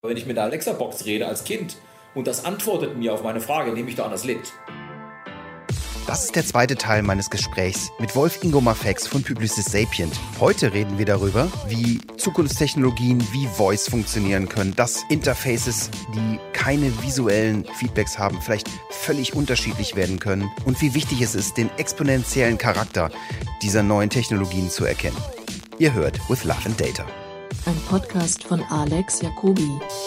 Wenn ich mit der Alexa-Box rede als Kind und das antwortet mir auf meine Frage, nehme ich da an, das lebt. Das ist der zweite Teil meines Gesprächs mit Wolf Ingo Maffex von Publicis Sapient. Heute reden wir darüber, wie Zukunftstechnologien wie Voice funktionieren können, dass Interfaces, die keine visuellen Feedbacks haben, vielleicht völlig unterschiedlich werden können und wie wichtig es ist, den exponentiellen Charakter dieser neuen Technologien zu erkennen. Ihr hört With Love and Data. Ein Podcast von Alex Jacobi.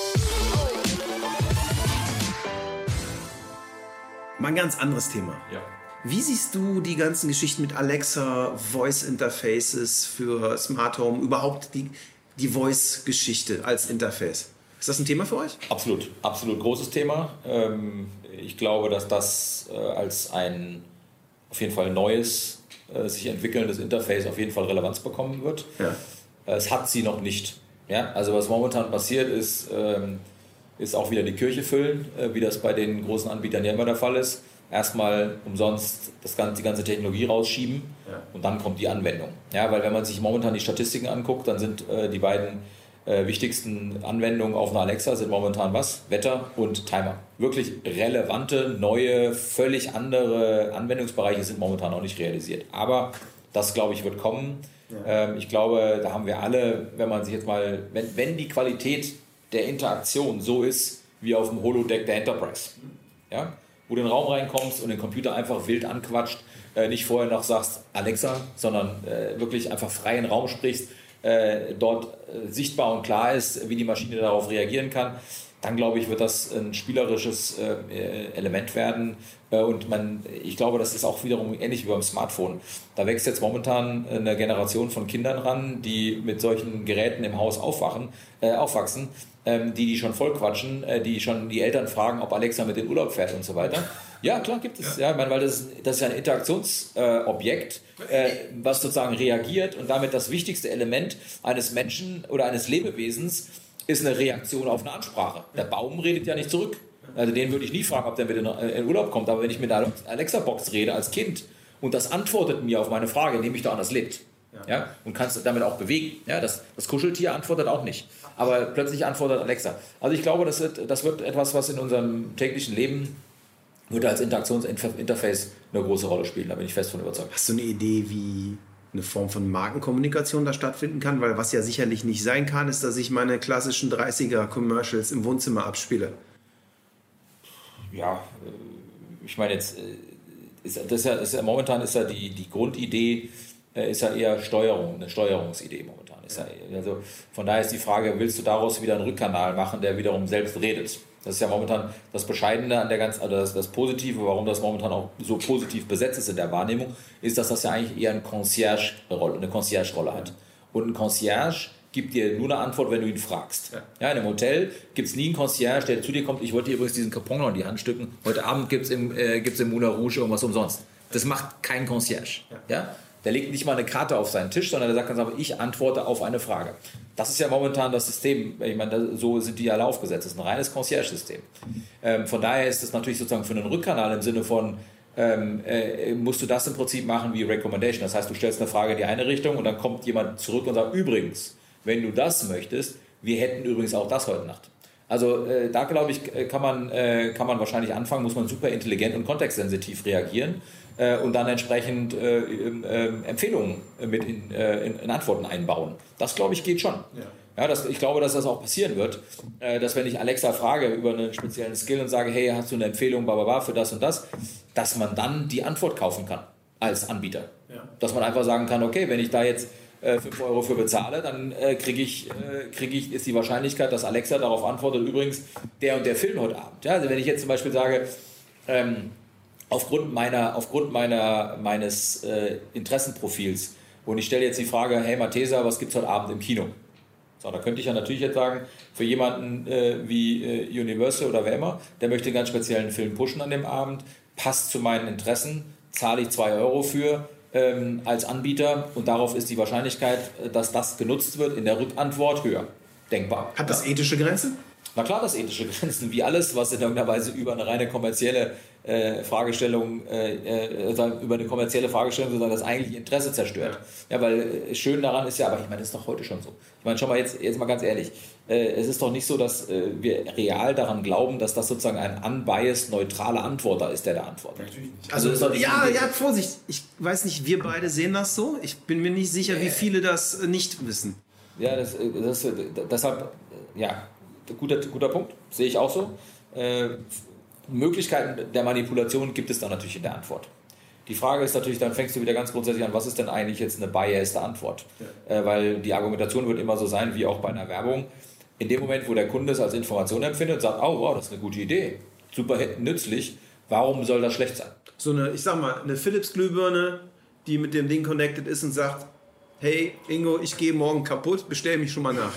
Mal ein ganz anderes Thema. Ja. Wie siehst du die ganzen Geschichten mit Alexa, Voice Interfaces für Smart Home, überhaupt die Voice-Geschichte als Interface? Ist das ein Thema für euch? Absolut, absolut großes Thema. Ich glaube, dass das als ein auf jeden Fall neues, sich entwickelndes Interface auf jeden Fall Relevanz bekommen wird. Ja. Es hat sie noch nicht. Ja? Also was momentan passiert ist auch wieder die Kirche füllen, wie das bei den großen Anbietern ja immer der Fall ist. Erstmal umsonst die ganze Technologie rausschieben, ja, und dann kommt die Anwendung. Ja, weil wenn man sich momentan die Statistiken anguckt, dann sind die beiden wichtigsten Anwendungen auf einer Alexa sind momentan was? Wetter und Timer. Wirklich relevante, neue, völlig andere Anwendungsbereiche sind momentan noch nicht realisiert. Aber das, glaube ich, wird kommen. Ja. Ich glaube, da haben wir alle, wenn man sich jetzt mal, wenn die Qualität der Interaktion so ist, wie auf dem Holodeck der Enterprise, ja, wo du in den Raum reinkommst und den Computer einfach wild anquatscht, nicht vorher noch sagst Alexa, sondern wirklich einfach frei in den Raum sprichst, dort sichtbar und klar ist, wie die Maschine darauf reagieren kann, dann glaube ich, wird das ein spielerisches Element werden. Und ich glaube, das ist auch wiederum ähnlich wie beim Smartphone. Da wächst jetzt momentan eine Generation von Kindern ran, die mit solchen Geräten im Haus aufwachsen, die schon voll quatschen, die schon die Eltern fragen, ob Alexa mit in den Urlaub fährt und so weiter. Ja, klar gibt es. Ja, weil das ist ja ein Interaktionsobjekt, was sozusagen reagiert, und damit das wichtigste Element eines Menschen oder eines Lebewesens ist eine Reaktion auf eine Ansprache. Der Baum redet ja nicht zurück. Also den würde ich nie fragen, ob der mit in den Urlaub kommt. Aber wenn ich mit der Alexa-Box rede als Kind und das antwortet mir auf meine Frage, nehme ich da an, das lebt. Ja? Und kannst damit auch bewegen. Ja? Das Kuscheltier antwortet auch nicht. Aber plötzlich antwortet Alexa. Also ich glaube, das wird etwas, was in unserem täglichen Leben wird als Interaktionsinterface eine große Rolle spielen. Da bin ich fest von überzeugt. Hast du eine Idee, wie eine Form von Markenkommunikation da stattfinden kann? Weil was ja sicherlich nicht sein kann, ist, dass ich meine klassischen 30er-Commercials im Wohnzimmer abspiele. Ja, ich meine jetzt, momentan ist ja die Grundidee, ist ja eher Steuerung, eine Steuerungsidee momentan. Also von daher ist die Frage, willst du daraus wieder einen Rückkanal machen, der wiederum selbst redet? Das ist ja momentan das Bescheidene an der ganzen, also das Positive, warum das momentan auch so positiv besetzt ist in der Wahrnehmung, ist, dass das ja eigentlich eher eine Concierge-Rolle hat. Und ein Concierge gibt dir nur eine Antwort, wenn du ihn fragst. Ja, in einem Hotel gibt es nie einen Concierge, der zu dir kommt, ich wollte dir übrigens diesen Coupon noch in die Hand stücken, heute Abend gibt es im Moulin Rouge irgendwas umsonst. Das macht kein Concierge. Ja? Der legt nicht mal eine Karte auf seinen Tisch, sondern der sagt ganz einfach, ich antworte auf eine Frage. Das ist ja momentan das System, ich meine, so sind die alle aufgesetzt. Das ist ein reines Concierge-System. Von daher ist es natürlich sozusagen für einen Rückkanal im Sinne von, musst du das im Prinzip machen wie Recommendation. Das heißt, du stellst eine Frage in die eine Richtung und dann kommt jemand zurück und sagt, übrigens, wenn du das möchtest, wir hätten übrigens auch das heute Nacht. Also da, glaube ich, kann man wahrscheinlich anfangen, muss man super intelligent und kontextsensitiv reagieren und dann entsprechend Empfehlungen mit in Antworten einbauen. Das, glaube ich, geht schon. Ja, ich glaube, dass das auch passieren wird, dass wenn ich Alexa frage über einen speziellen Skill und sage, hey, hast du eine Empfehlung für das und das, dass man dann die Antwort kaufen kann als Anbieter. Ja. Dass man einfach sagen kann, okay, wenn ich da jetzt 5 Euro für bezahle, dann ist die Wahrscheinlichkeit, dass Alexa darauf antwortet, übrigens, der und der Film heute Abend. Ja, also wenn ich jetzt zum Beispiel sage, aufgrund meines Interessenprofils und ich stelle jetzt die Frage, hey Mathesa, was gibt es heute Abend im Kino? So, da könnte ich ja natürlich jetzt sagen, für jemanden wie Universal oder wer immer, der möchte einen ganz speziellen Film pushen an dem Abend, passt zu meinen Interessen, zahle ich 2 Euro für, als Anbieter, und darauf ist die Wahrscheinlichkeit, dass das genutzt wird, in der Rückantwort höher. Denkbar. Hat das ethische Grenzen? Na klar, das ethische Grenzen, wie alles, was in irgendeiner Weise über eine reine kommerzielle Fragestellung, sozusagen das eigentliche Interesse zerstört. Ja, weil schön daran ist ja, aber ich meine, das ist doch heute schon so. Ich meine, schau mal jetzt mal ganz ehrlich, es ist doch nicht so, dass wir real daran glauben, dass das sozusagen ein unbiased, neutraler Antworter ist, der da antwortet. Natürlich nicht. Also das ist doch nicht ja, Vorsicht. Ich weiß nicht, wir beide sehen das so. Ich bin mir nicht sicher, wie viele das nicht wissen. Ja, deshalb, ja, guter Punkt. Sehe ich auch so. Möglichkeiten der Manipulation gibt es dann natürlich in der Antwort. Die Frage ist natürlich, dann fängst du wieder ganz grundsätzlich an, was ist denn eigentlich jetzt eine biased Antwort? Ja. Weil die Argumentation wird immer so sein, wie auch bei einer Werbung. In dem Moment, wo der Kunde es als Information empfindet und sagt, oh wow, das ist eine gute Idee, super nützlich, warum soll das schlecht sein? So eine, ich sag mal, eine Philips-Glühbirne, die mit dem Ding connected ist und sagt, hey Ingo, ich gehe morgen kaputt, bestell mich schon mal nach.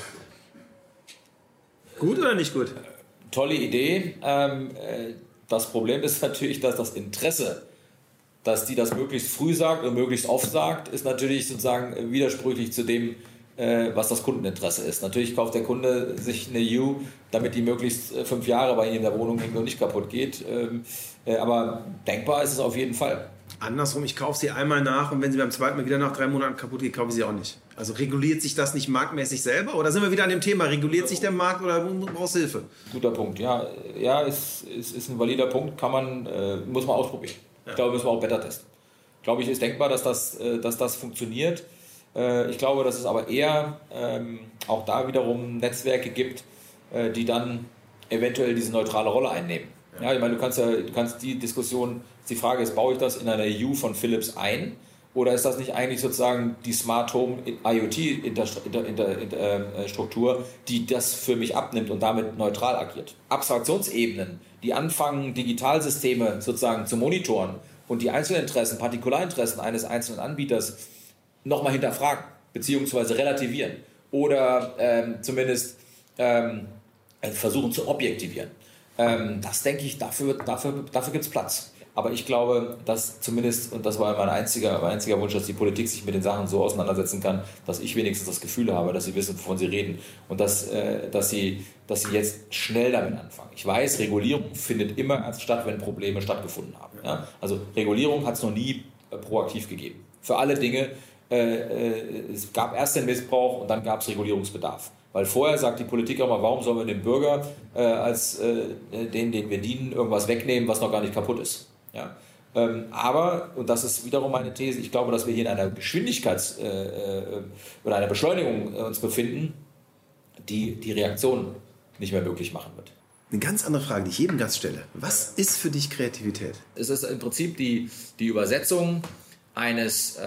Gut oder nicht gut? Tolle Idee. Das Problem ist natürlich, dass das Interesse, dass die das möglichst früh sagt und möglichst oft sagt, ist natürlich sozusagen widersprüchlich zu dem, was das Kundeninteresse ist. Natürlich kauft der Kunde sich eine U, damit die möglichst 5 Jahre bei ihm in der Wohnung hängt und nicht kaputt geht. Aber denkbar ist es auf jeden Fall. Andersrum, ich kaufe sie einmal nach und wenn sie beim zweiten Mal wieder nach 3 Monaten kaputt geht, kaufe ich sie auch nicht. Also reguliert sich das nicht marktmäßig selber? Oder sind wir wieder an dem Thema, reguliert sich der Markt oder brauchst du Hilfe? Guter Punkt, ja, ist ein valider Punkt, muss man ausprobieren. Ja. Ich glaube, müssen wir auch Beta testen. Glaube ich, ist denkbar, dass das funktioniert. Ich glaube, dass es aber eher auch da wiederum Netzwerke gibt, die dann eventuell diese neutrale Rolle einnehmen. Ja, ich meine, du kannst die Diskussion, die Frage ist, baue ich das in einer EU von Philips ein oder ist das nicht eigentlich sozusagen die Smart Home IoT-Struktur, die das für mich abnimmt und damit neutral agiert? Abstraktionsebenen, die anfangen, Digitalsysteme sozusagen zu monitoren und die Einzelinteressen, Partikularinteressen eines einzelnen Anbieters nochmal hinterfragen, beziehungsweise relativieren oder zumindest versuchen zu objektivieren. Das denke ich, dafür gibt es Platz. Aber ich glaube, dass zumindest, und das war mein einziger Wunsch, dass die Politik sich mit den Sachen so auseinandersetzen kann, dass ich wenigstens das Gefühl habe, dass sie wissen, wovon sie reden und dass sie jetzt schnell damit anfangen. Ich weiß, Regulierung findet immer erst statt, wenn Probleme stattgefunden haben. Ja? Also Regulierung hat es noch nie proaktiv gegeben. Für alle Dinge, es gab erst den Missbrauch und dann gab es Regulierungsbedarf. Weil vorher sagt die Politik auch mal, warum sollen wir dem Bürger als den wir dienen, irgendwas wegnehmen, was noch gar nicht kaputt ist. Ja? Aber, und das ist wiederum meine These, ich glaube, dass wir hier in einer oder einer Beschleunigung uns befinden, die Reaktion nicht mehr möglich machen wird. Eine ganz andere Frage, die ich jedem Gast stelle. Was ist für dich Kreativität? Es ist im Prinzip die Übersetzung eines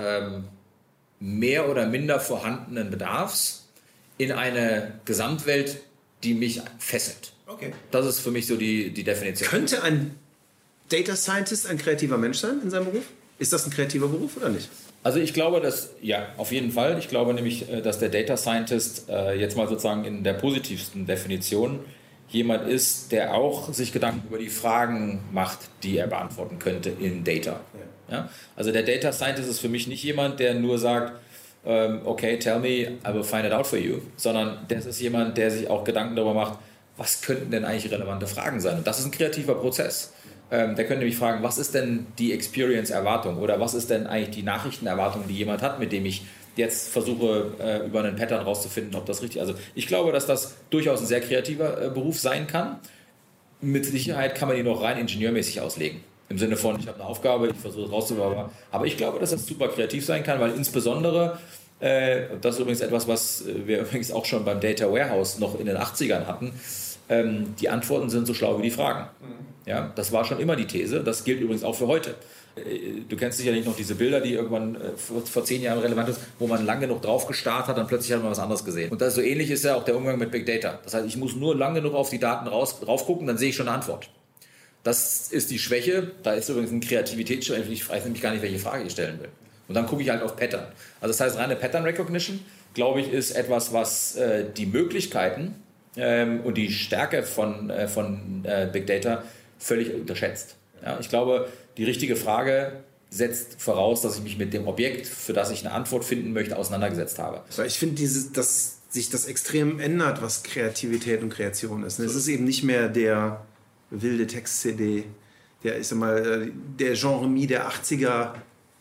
mehr oder minder vorhandenen Bedarfs in eine Gesamtwelt, die mich fesselt. Okay. Das ist für mich so die Definition. Könnte ein Data Scientist ein kreativer Mensch sein in seinem Beruf? Ist das ein kreativer Beruf oder nicht? Also ich glaube, auf jeden Fall. Ich glaube nämlich, dass der Data Scientist jetzt mal sozusagen in der positivsten Definition jemand ist, der auch sich Gedanken über die Fragen macht, die er beantworten könnte in Data. Ja? Also der Data Scientist ist für mich nicht jemand, der nur sagt, okay, tell me, I will find it out for you, sondern das ist jemand, der sich auch Gedanken darüber macht, was könnten denn eigentlich relevante Fragen sein? Und das ist ein kreativer Prozess. Der könnte nämlich fragen, was ist denn die Experience-Erwartung oder was ist denn eigentlich die Nachrichtenerwartung, die jemand hat, mit dem ich jetzt versuche, über einen Pattern rauszufinden, ob das richtig ist. Also ich glaube, dass das durchaus ein sehr kreativer Beruf sein kann. Mit Sicherheit kann man ihn auch rein ingenieurmäßig auslegen. Im Sinne von, ich habe eine Aufgabe, ich versuche es rauszubekommen. Aber ich glaube, dass das super kreativ sein kann, weil insbesondere, das ist übrigens etwas, was wir übrigens auch schon beim Data Warehouse noch in den 80ern hatten, die Antworten sind so schlau wie die Fragen. Ja, das war schon immer die These, das gilt übrigens auch für heute. Du kennst sicherlich noch diese Bilder, die irgendwann vor 10 Jahren relevant ist, wo man lange genug drauf gestarrt hat, dann plötzlich hat man was anderes gesehen. Und das so ähnlich ist ja auch der Umgang mit Big Data. Das heißt, ich muss nur lang genug auf die Daten drauf gucken, dann sehe ich schon eine Antwort. Das ist die Schwäche, da ist übrigens eine Kreativitätsschwäche, ich weiß nämlich gar nicht, welche Frage ich stellen will. Und dann gucke ich halt auf Pattern. Also das heißt, reine Pattern Recognition, glaube ich, ist etwas, was die Möglichkeiten und die Stärke von Big Data völlig unterschätzt. Ja, ich glaube, die richtige Frage setzt voraus, dass ich mich mit dem Objekt, für das ich eine Antwort finden möchte, auseinandergesetzt habe. Ich finde, dass sich das extrem ändert, was Kreativität und Kreation ist. Es ist eben nicht mehr der wilde Text-CD, der Genre-Mie der 80er,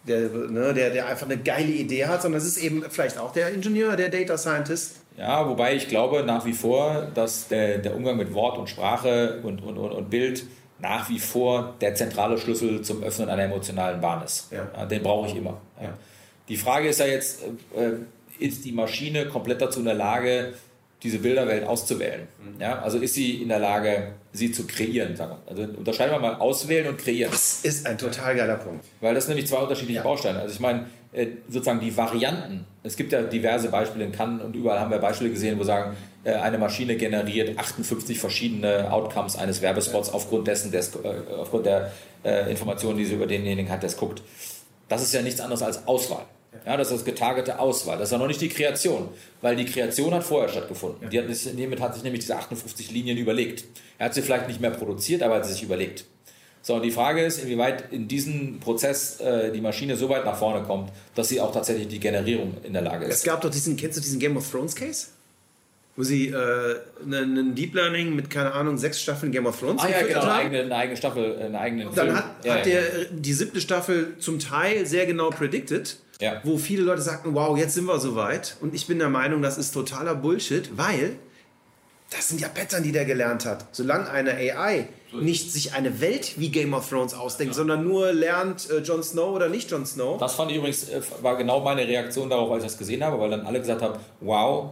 der einfach eine geile Idee hat, sondern es ist eben vielleicht auch der Ingenieur, der Data Scientist. Ja, wobei ich glaube nach wie vor, dass der Umgang mit Wort und Sprache und Bild nach wie vor der zentrale Schlüssel zum Öffnen einer emotionalen Bahn ist. Ja, den brauche ich immer. Ja. Die Frage ist ja jetzt, ist die Maschine komplett dazu in der Lage, diese Bilderwelt auszuwählen? Ja, also ist sie in der Lage, sie zu kreieren? Sagen wir. Also unterscheiden wir mal auswählen und kreieren. Das ist ein total geiler Punkt. Weil das sind nämlich zwei unterschiedliche Bausteine. Also ich meine, sozusagen die Varianten. Es gibt ja diverse Beispiele in Cannes und überall haben wir Beispiele gesehen, wo sagen, eine Maschine generiert 58 verschiedene Outcomes eines Werbespots aufgrund der Informationen, die sie über denjenigen hat, der es guckt. Das ist ja nichts anderes als Auswahl. Ja, das ist getargete Auswahl. Das ist ja noch nicht die Kreation, weil die Kreation hat vorher stattgefunden. Hiermit hat sich nämlich diese 58 Linien überlegt. Er hat sie vielleicht nicht mehr produziert, aber er hat sie sich überlegt. So, und die Frage ist, inwieweit in diesem Prozess die Maschine so weit nach vorne kommt, dass sie auch tatsächlich die Generierung in der Lage ist. Es gab doch kennst du diesen Game of Thrones Case? Wo sie einen Deep Learning mit, keine Ahnung, 6 Staffeln Game of Thrones genau, eine eigene Staffel, einen eigenen Film. Dann hat der die 7. Staffel zum Teil sehr genau predicted, wo viele Leute sagten, wow, jetzt sind wir soweit. Und ich bin der Meinung, das ist totaler Bullshit, weil das sind ja Pattern, die der gelernt hat. Solange eine AI nicht sich eine Welt wie Game of Thrones ausdenkt, sondern nur lernt, Jon Snow oder nicht Jon Snow. Das fand ich übrigens, war genau meine Reaktion darauf, als ich das gesehen habe, weil dann alle gesagt haben, wow,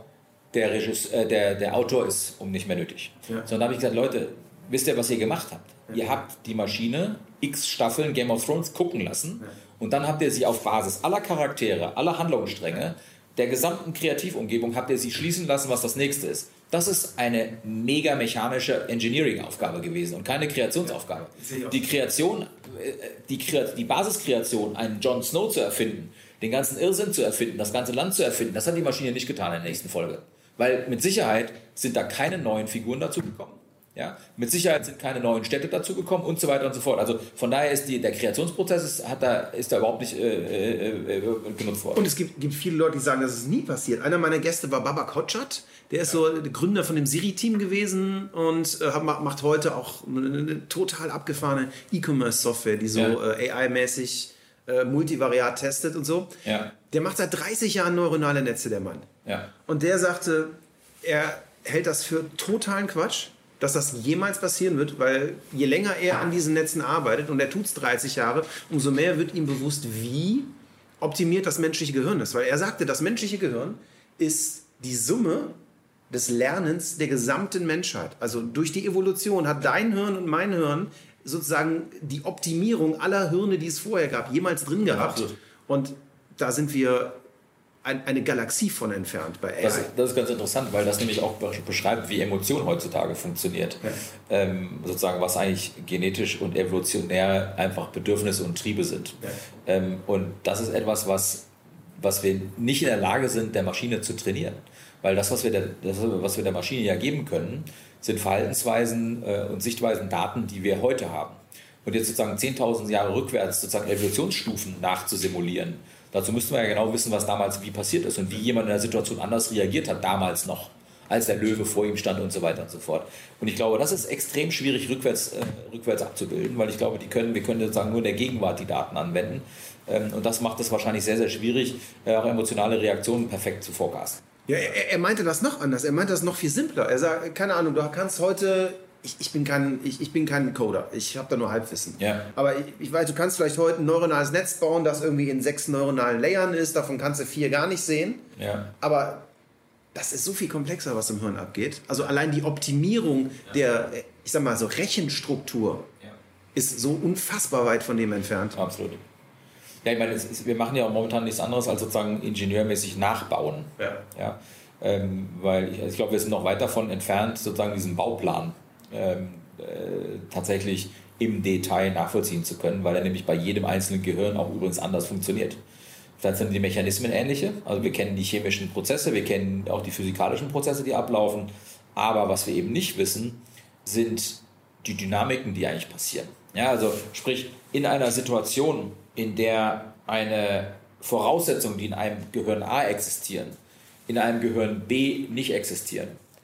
der Autor ist nicht mehr nötig. Ja. Sondern habe ich gesagt, Leute, wisst ihr, was ihr gemacht habt? Ja. Ihr habt die Maschine x Staffeln Game of Thrones gucken lassen und dann habt ihr sie auf Basis aller Charaktere, aller Handlungsstränge, der gesamten Kreativumgebung habt ihr sie schließen lassen, was das nächste ist. Das ist eine mega mechanische Engineering-Aufgabe gewesen und keine Kreationsaufgabe. Die Kreation, die Basiskreation, einen Jon Snow zu erfinden, den ganzen Irrsinn zu erfinden, das ganze Land zu erfinden, das hat die Maschine nicht getan in der nächsten Folge. Weil mit Sicherheit sind da keine neuen Figuren dazu gekommen. Ja? Mit Sicherheit sind keine neuen Städte dazu gekommen und so weiter und so fort. Also von daher ist der Kreationsprozess ist da überhaupt nicht genutzt worden. Und es gibt viele Leute, die sagen, das ist nie passiert. Einer meiner Gäste war Babak Hodjat. Der ist so der Gründer von dem Siri-Team gewesen und macht heute auch eine total abgefahrene E-Commerce-Software, die so AI-mäßig multivariat testet und so. Ja. Der macht seit 30 Jahren neuronale Netze, der Mann. Ja. Und der sagte, er hält das für totalen Quatsch, dass das jemals passieren wird, weil je länger er an diesen Netzen arbeitet, und er tut es 30 Jahre, umso mehr wird ihm bewusst, wie optimiert das menschliche Gehirn ist. Weil er sagte, das menschliche Gehirn ist die Summe des Lernens der gesamten Menschheit. Also durch die Evolution hat dein Hirn und mein Hirn sozusagen die Optimierung aller Hirne, die es vorher gab, jemals drin gehabt. Ja, und da sind wir eine Galaxie von entfernt bei AI. Das ist ganz interessant, weil das nämlich auch beschreibt, wie Emotion heutzutage funktioniert. Ja. Sozusagen, was eigentlich genetisch und evolutionär einfach Bedürfnisse und Triebe sind. Ja. Und das ist etwas, was wir nicht in der Lage sind, der Maschine zu trainieren. Weil das, was wir der Maschine ja geben können, sind Verhaltensweisen und Sichtweisen, Daten, die wir heute haben. Und jetzt sozusagen 10.000 Jahre rückwärts sozusagen Evolutionsstufen nachzusimulieren, dazu müssten wir ja genau wissen, was damals wie passiert ist und wie jemand in der Situation anders reagiert hat, damals noch, als der Löwe vor ihm stand und so weiter und so fort. Und ich glaube, das ist extrem schwierig rückwärts abzubilden, weil ich glaube, wir können sozusagen nur in der Gegenwart die Daten anwenden. Und das macht es wahrscheinlich sehr, sehr schwierig, auch emotionale Reaktionen perfekt zu forecasten. Ja, er meinte das noch anders. Er meinte das noch viel simpler. Er sagt, keine Ahnung, du kannst heute... Ich bin kein Coder. Ich habe da nur Halbwissen. Ja. Aber ich weiß, du kannst vielleicht heute ein neuronales Netz bauen, das irgendwie in 6 neuronalen Layern ist. Davon kannst du 4 gar nicht sehen. Ja. Aber das ist so viel komplexer, was im Hirn abgeht. Also allein die Optimierung der, ich sag mal so, Rechenstruktur ist so unfassbar weit von dem entfernt. Absolut. Ja, ich meine, wir machen ja auch momentan nichts anderes als sozusagen ingenieurmäßig nachbauen. Ja. Weil ich glaube, wir sind noch weit davon entfernt, sozusagen diesen Bauplan tatsächlich im Detail nachvollziehen zu können, weil er nämlich bei jedem einzelnen Gehirn auch übrigens anders funktioniert. Vielleicht sind die Mechanismen ähnliche, also wir kennen die chemischen Prozesse, wir kennen auch die physikalischen Prozesse, die ablaufen, aber was wir eben nicht wissen, sind die Dynamiken, die eigentlich passieren. Ja, also sprich, in einer Situation, in der eine Voraussetzung, die in einem Gehirn A existieren, in einem Gehirn B nicht existieren,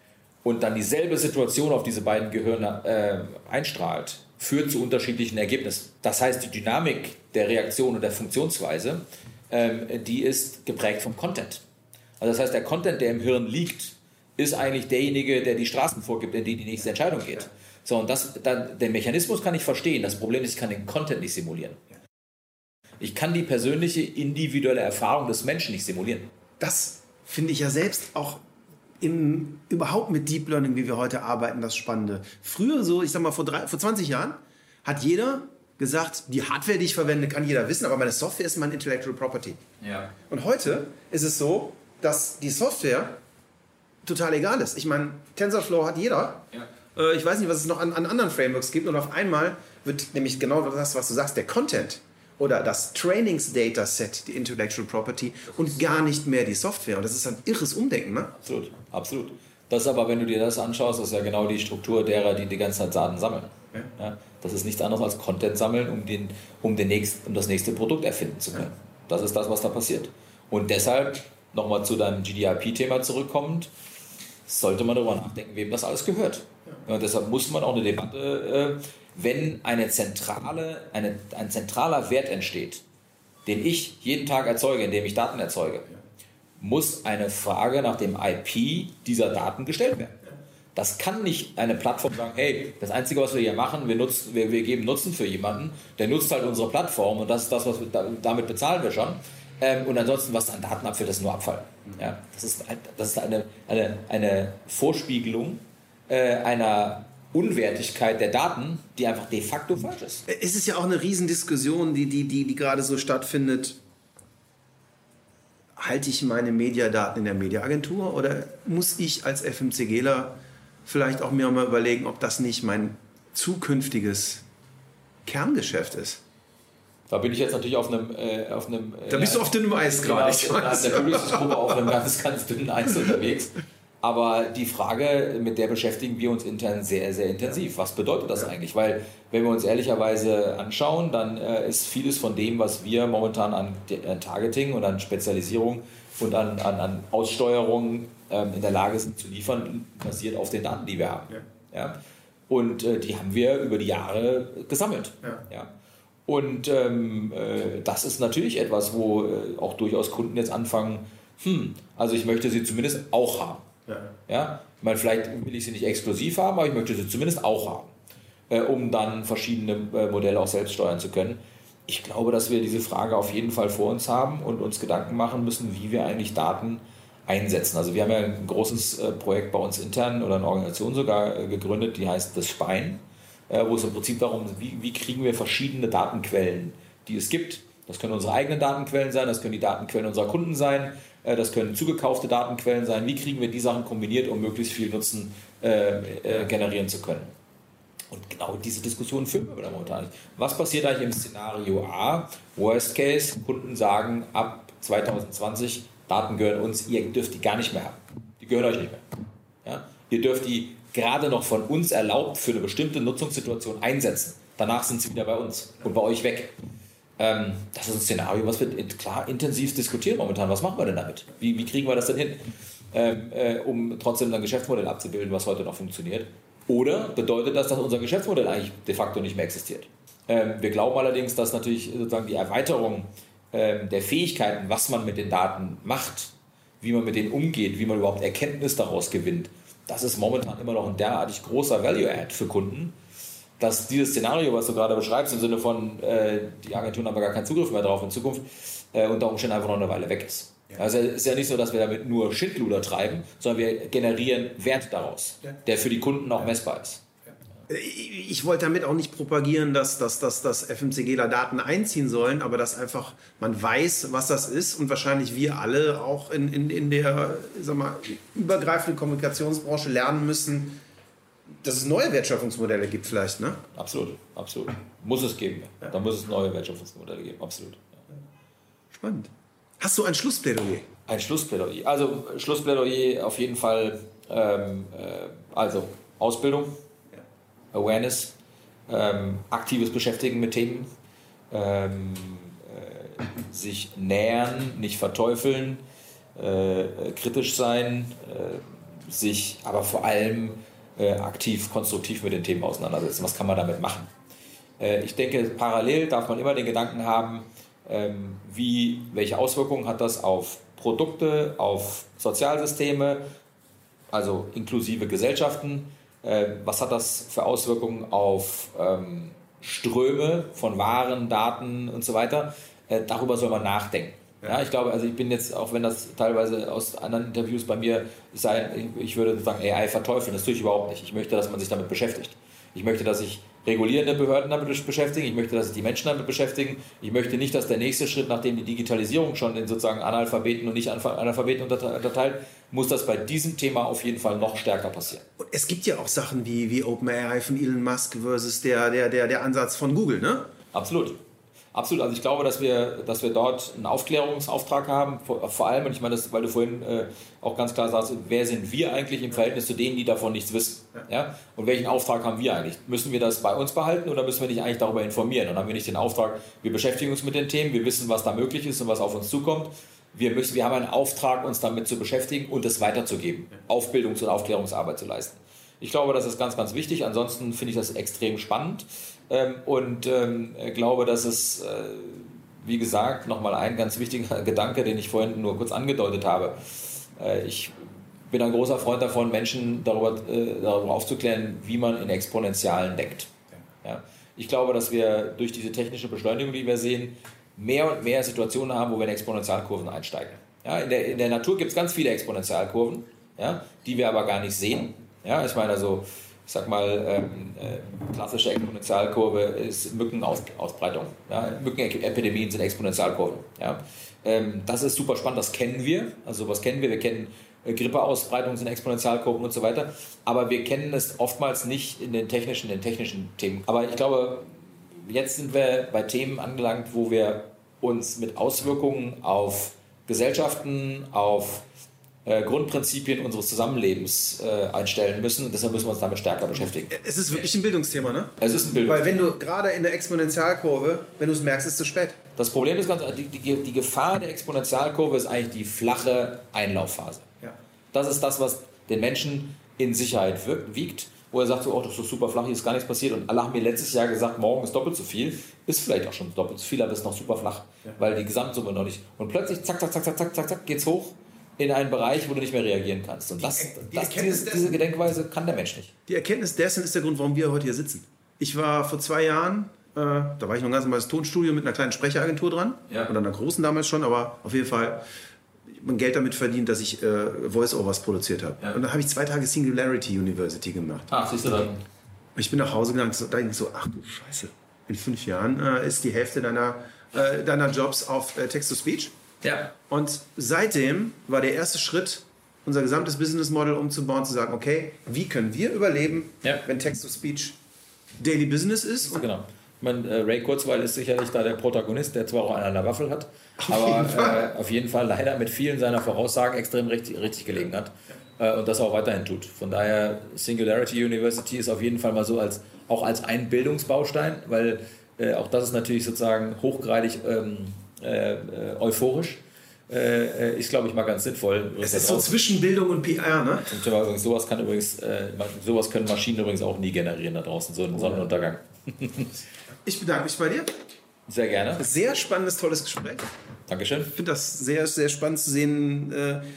und dann dieselbe Situation auf diese beiden Gehirne einstrahlt, führt zu unterschiedlichen Ergebnissen. Das heißt, die Dynamik der Reaktion und der Funktionsweise, die ist geprägt vom Content. Also das heißt, der Content, der im Hirn liegt, ist eigentlich derjenige, der die Straßen vorgibt, in die die nächste Entscheidung geht. So, und den Mechanismus kann ich verstehen. Das Problem ist, ich kann den Content nicht simulieren. Ich kann die persönliche, individuelle Erfahrung des Menschen nicht simulieren. Das finde ich ja selbst auch überhaupt mit Deep Learning, wie wir heute arbeiten, das Spannende. Früher, so, ich sag mal, vor 20 Jahren, hat jeder gesagt, die Hardware, die ich verwende, kann jeder wissen, aber meine Software ist mein Intellectual Property. Ja. Und heute ist es so, dass die Software total egal ist. Ich meine, TensorFlow hat jeder. Ja. Ich weiß nicht, was es noch an anderen Frameworks gibt. Und auf einmal wird nämlich genau das, was du sagst, der Content oder das Trainings-Dataset, die Intellectual Property und gar nicht mehr die Software. Und das ist ein irres Umdenken, ne? Absolut, absolut. Das ist aber, wenn du dir das anschaust, das ist ja genau die Struktur derer, die ganze Zeit Daten sammeln. Ja. Ja, das ist nichts anderes als Content sammeln, um das nächste Produkt erfinden zu können. Das ist das, was da passiert. Und deshalb, nochmal zu deinem GDIP-Thema zurückkommend, sollte man darüber nachdenken, wem das alles gehört. Ja, und deshalb muss man auch eine Debatte, wenn ein zentraler Wert entsteht, den ich jeden Tag erzeuge, indem ich Daten erzeuge, muss eine Frage nach dem IP dieser Daten gestellt werden. Das kann nicht eine Plattform sagen, hey, das Einzige, was wir hier machen, wir geben Nutzen für jemanden, der nutzt halt unsere Plattform und das ist das, was damit bezahlen wir schon. Und ansonsten, was an Daten abfällt, ist nur Abfall. Ja, das ist eine Vorspiegelung einer Unwertigkeit der Daten, die einfach de facto falsch ist. Es ist ja auch eine Riesendiskussion, die gerade so stattfindet. Halte ich meine Mediadaten in der Mediaagentur oder muss ich als FMCGler vielleicht auch mir mal überlegen, ob das nicht mein zukünftiges Kerngeschäft ist? Da bin ich jetzt natürlich auf einem da bist du auf dünnem Eis gerade. In der Publikumsgruppe auf einem ganz, ganz dünnen Eis unterwegs. Aber die Frage, mit der beschäftigen wir uns intern sehr, sehr intensiv. Was bedeutet das eigentlich? Weil, wenn wir uns ehrlicherweise anschauen, dann ist vieles von dem, was wir momentan an Targeting und an Spezialisierung und an Aussteuerung in der Lage sind zu liefern, basiert auf den Daten, die wir haben. Ja? Und die haben wir über die Jahre gesammelt. Ja? Und das ist natürlich etwas, wo auch durchaus Kunden jetzt anfangen, also ich möchte sie zumindest auch haben. Ja? Ich meine, vielleicht will ich sie nicht exklusiv haben, aber ich möchte sie zumindest auch haben, um dann verschiedene Modelle auch selbst steuern zu können. Ich glaube, dass wir diese Frage auf jeden Fall vor uns haben und uns Gedanken machen müssen, wie wir eigentlich Daten einsetzen. Also wir haben ja ein großes Projekt bei uns intern oder eine Organisation sogar gegründet, die heißt das Spine, wo es im Prinzip darum geht, wie kriegen wir verschiedene Datenquellen, die es gibt. Das können unsere eigenen Datenquellen sein, das können die Datenquellen unserer Kunden sein, das können zugekaufte Datenquellen sein. Wie kriegen wir die Sachen kombiniert, um möglichst viel Nutzen generieren zu können? Und genau diese Diskussion führen wir momentan nicht. Was passiert eigentlich im Szenario A? Worst Case, Kunden sagen, ab 2020, Daten gehören uns, ihr dürft die gar nicht mehr haben. Die gehören euch nicht mehr. Ja? Ihr dürft die gerade noch von uns erlaubt für eine bestimmte Nutzungssituation einsetzen. Danach sind sie wieder bei uns und bei euch weg. Das ist ein Szenario, was wir klar intensiv diskutieren momentan. Was machen wir denn damit? Wie kriegen wir das denn hin, um trotzdem ein Geschäftsmodell abzubilden, was heute noch funktioniert? Oder bedeutet das, dass unser Geschäftsmodell eigentlich de facto nicht mehr existiert? Wir glauben allerdings, dass natürlich sozusagen die Erweiterung der Fähigkeiten, was man mit den Daten macht, wie man mit denen umgeht, wie man überhaupt Erkenntnis daraus gewinnt, das ist momentan immer noch ein derartig großer Value-Add für Kunden, dass dieses Szenario, was du gerade beschreibst, im Sinne von, die Agenturen haben gar keinen Zugriff mehr drauf in Zukunft, unter Umständen einfach noch eine Weile weg ist. Also es ist ja nicht so, dass wir damit nur Schindluder treiben, sondern wir generieren Wert daraus, der für die Kunden auch messbar ist. Ich wollte damit auch nicht propagieren, dass FMCGler Daten einziehen sollen, aber dass einfach man weiß, was das ist und wahrscheinlich wir alle auch in der übergreifenden Kommunikationsbranche lernen müssen, dass es neue Wertschöpfungsmodelle gibt vielleicht, ne? Absolut, absolut. Muss es geben. Ja. Da muss es neue Wertschöpfungsmodelle geben, absolut. Ja. Spannend. Hast du ein Schlussplädoyer? Ein Schlussplädoyer. Also Schlussplädoyer auf jeden Fall, also Ausbildung, Awareness, aktives Beschäftigen mit Themen, sich nähern, nicht verteufeln, kritisch sein, sich aber vor allem aktiv, konstruktiv mit den Themen auseinandersetzen. Was kann man damit machen? Ich denke, parallel darf man immer den Gedanken haben, welche Auswirkungen hat das auf Produkte, auf Sozialsysteme, also inklusive Gesellschaften. Was hat das für Auswirkungen auf Ströme von Waren, Daten und so weiter? Darüber soll man nachdenken. Ja, ich glaube, also ich bin jetzt, auch wenn das teilweise aus anderen Interviews bei mir sein, ich würde sagen, AI verteufeln, das tue ich überhaupt nicht. Ich möchte, dass man sich damit beschäftigt. Ich möchte, dass sich regulierende Behörden damit beschäftigen. Ich möchte, dass sich die Menschen damit beschäftigen. Ich möchte nicht, dass der nächste Schritt, nachdem die Digitalisierung schon in sozusagen Analphabeten und Nicht-Analphabeten unterteilt, muss das bei diesem Thema auf jeden Fall noch stärker passieren. Und es gibt ja auch Sachen wie OpenAI von Elon Musk versus der Ansatz von Google, ne? Absolut. Absolut, also ich glaube, dass wir dort einen Aufklärungsauftrag haben, vor allem, und ich meine, weil du vorhin auch ganz klar sagst, wer sind wir eigentlich im Verhältnis zu denen, die davon nichts wissen? Ja? Und welchen Auftrag haben wir eigentlich? Müssen wir das bei uns behalten oder müssen wir nicht eigentlich darüber informieren? Und haben wir nicht den Auftrag, wir beschäftigen uns mit den Themen, wir wissen, was da möglich ist und was auf uns zukommt. Wir haben einen Auftrag, uns damit zu beschäftigen und es weiterzugeben, Aufbildungs- und Aufklärungsarbeit zu leisten. Ich glaube, das ist ganz, ganz wichtig. Ansonsten finde ich das extrem spannend und glaube, dass es, wie gesagt, nochmal ein ganz wichtiger Gedanke, den ich vorhin nur kurz angedeutet habe. Ich bin ein großer Freund davon, Menschen darüber aufzuklären, wie man in Exponentialen denkt. Ja? Ich glaube, dass wir durch diese technische Beschleunigung, die wir sehen, mehr und mehr Situationen haben, wo wir in Exponentialkurven einsteigen. Ja? In der Natur gibt es ganz viele Exponentialkurven, ja? Die wir aber gar nicht sehen. Ja, ich meine, also, ich sag mal, klassische Exponentialkurve ist Mückenausbreitung. Ja? Mückenepidemien sind Exponentialkurven. Ja? Das ist super spannend, das kennen wir. Also, was kennen wir? Wir kennen Grippeausbreitungen sind Exponentialkurven und so weiter. Aber wir kennen es oftmals nicht in den technischen Themen. Aber ich glaube, jetzt sind wir bei Themen angelangt, wo wir uns mit Auswirkungen auf Gesellschaften, auf Grundprinzipien unseres Zusammenlebens einstellen müssen. Und deshalb müssen wir uns damit stärker beschäftigen. Es ist wirklich ein Bildungsthema, ne? Es ist ein Bildungsthema. Weil wenn du gerade in der Exponentialkurve, wenn du es merkst, ist es zu spät. Das Problem ist die Gefahr der Exponentialkurve ist eigentlich die flache Einlaufphase. Ja. Das ist das, was den Menschen in Sicherheit wiegt, wo er sagt, so, oh, das ist so super flach, hier ist gar nichts passiert. Und alle haben mir letztes Jahr gesagt, morgen ist doppelt so viel. Ist vielleicht auch schon doppelt so viel, aber ist noch super flach, weil die Gesamtsumme noch nicht. Und plötzlich, zack, zack, zack, zack, zack, zack, zack, geht's hoch in einen Bereich, wo du nicht mehr reagieren kannst. Und diese Gedenkweise kann der Mensch nicht. Die Erkenntnis dessen ist der Grund, warum wir heute hier sitzen. Ich war vor 2 Jahren, da war ich noch ein ganz normales Tonstudio mit einer kleinen Sprecheragentur dran. Ja. Oder einer großen damals schon, aber auf jeden Fall mein Geld damit verdient, dass ich Voice-Overs produziert habe. Ja. Und dann habe ich 2 Tage Singularity University gemacht. Ach, siehst du dann. Ich bin nach Hause gegangen, da denke ich so, ach du Scheiße, in 5 Jahren ist die Hälfte deiner Jobs auf Text-to-Speech. Ja. Und seitdem war der erste Schritt, unser gesamtes Business Model umzubauen, zu sagen, okay, wie können wir überleben, wenn Text-to-Speech Daily Business ist? Und genau. Ich meine, Ray Kurzweil ist sicherlich da der Protagonist, der zwar auch einen an der Waffel hat, aber auf jeden Fall leider mit vielen seiner Voraussagen extrem richtig gelegen hat und das auch weiterhin tut. Von daher, Singularity University ist auf jeden Fall mal so auch als ein Bildungsbaustein, weil auch das ist natürlich sozusagen hochgradig euphorisch. Ist, glaube ich, mal ganz sinnvoll. Es ist so zwischen Bildung und PR, ne? Zum Thema übrigens, sowas können Maschinen übrigens auch nie generieren da draußen, so einen Sonnenuntergang. Ich bedanke mich bei dir. Sehr gerne. Sehr spannendes, tolles Gespräch. Dankeschön. Ich finde das sehr, sehr spannend zu sehen,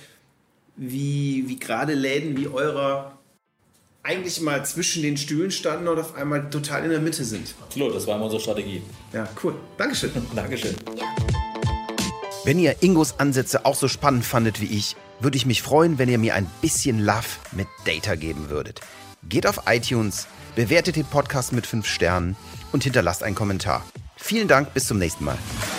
wie gerade Läden wie eurer eigentlich mal zwischen den Stühlen standen und auf einmal total in der Mitte sind. Absolut, das war unsere Strategie. Ja, cool. Dankeschön. Dankeschön. Wenn ihr Ingos Ansätze auch so spannend fandet wie ich, würde ich mich freuen, wenn ihr mir ein bisschen Love mit Data geben würdet. Geht auf iTunes, bewertet den Podcast mit 5 Sternen und hinterlasst einen Kommentar. Vielen Dank, bis zum nächsten Mal.